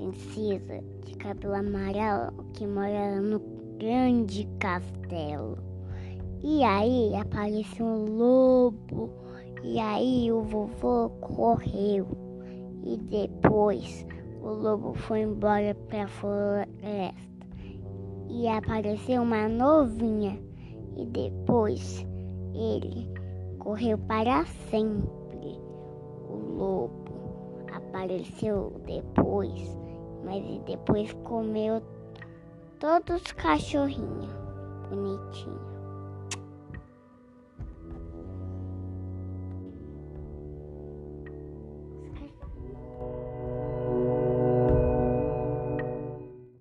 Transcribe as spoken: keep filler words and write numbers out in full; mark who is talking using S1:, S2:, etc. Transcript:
S1: princesa de cabelo amarelo que mora no grande castelo. E aí apareceu um lobo, e aí o vovô correu. E depois o lobo foi embora para a floresta. E apareceu uma novinha. E depois ele correu para sempre. O lobo apareceu depois, mas depois comeu todos os cachorrinhos bonitinhos.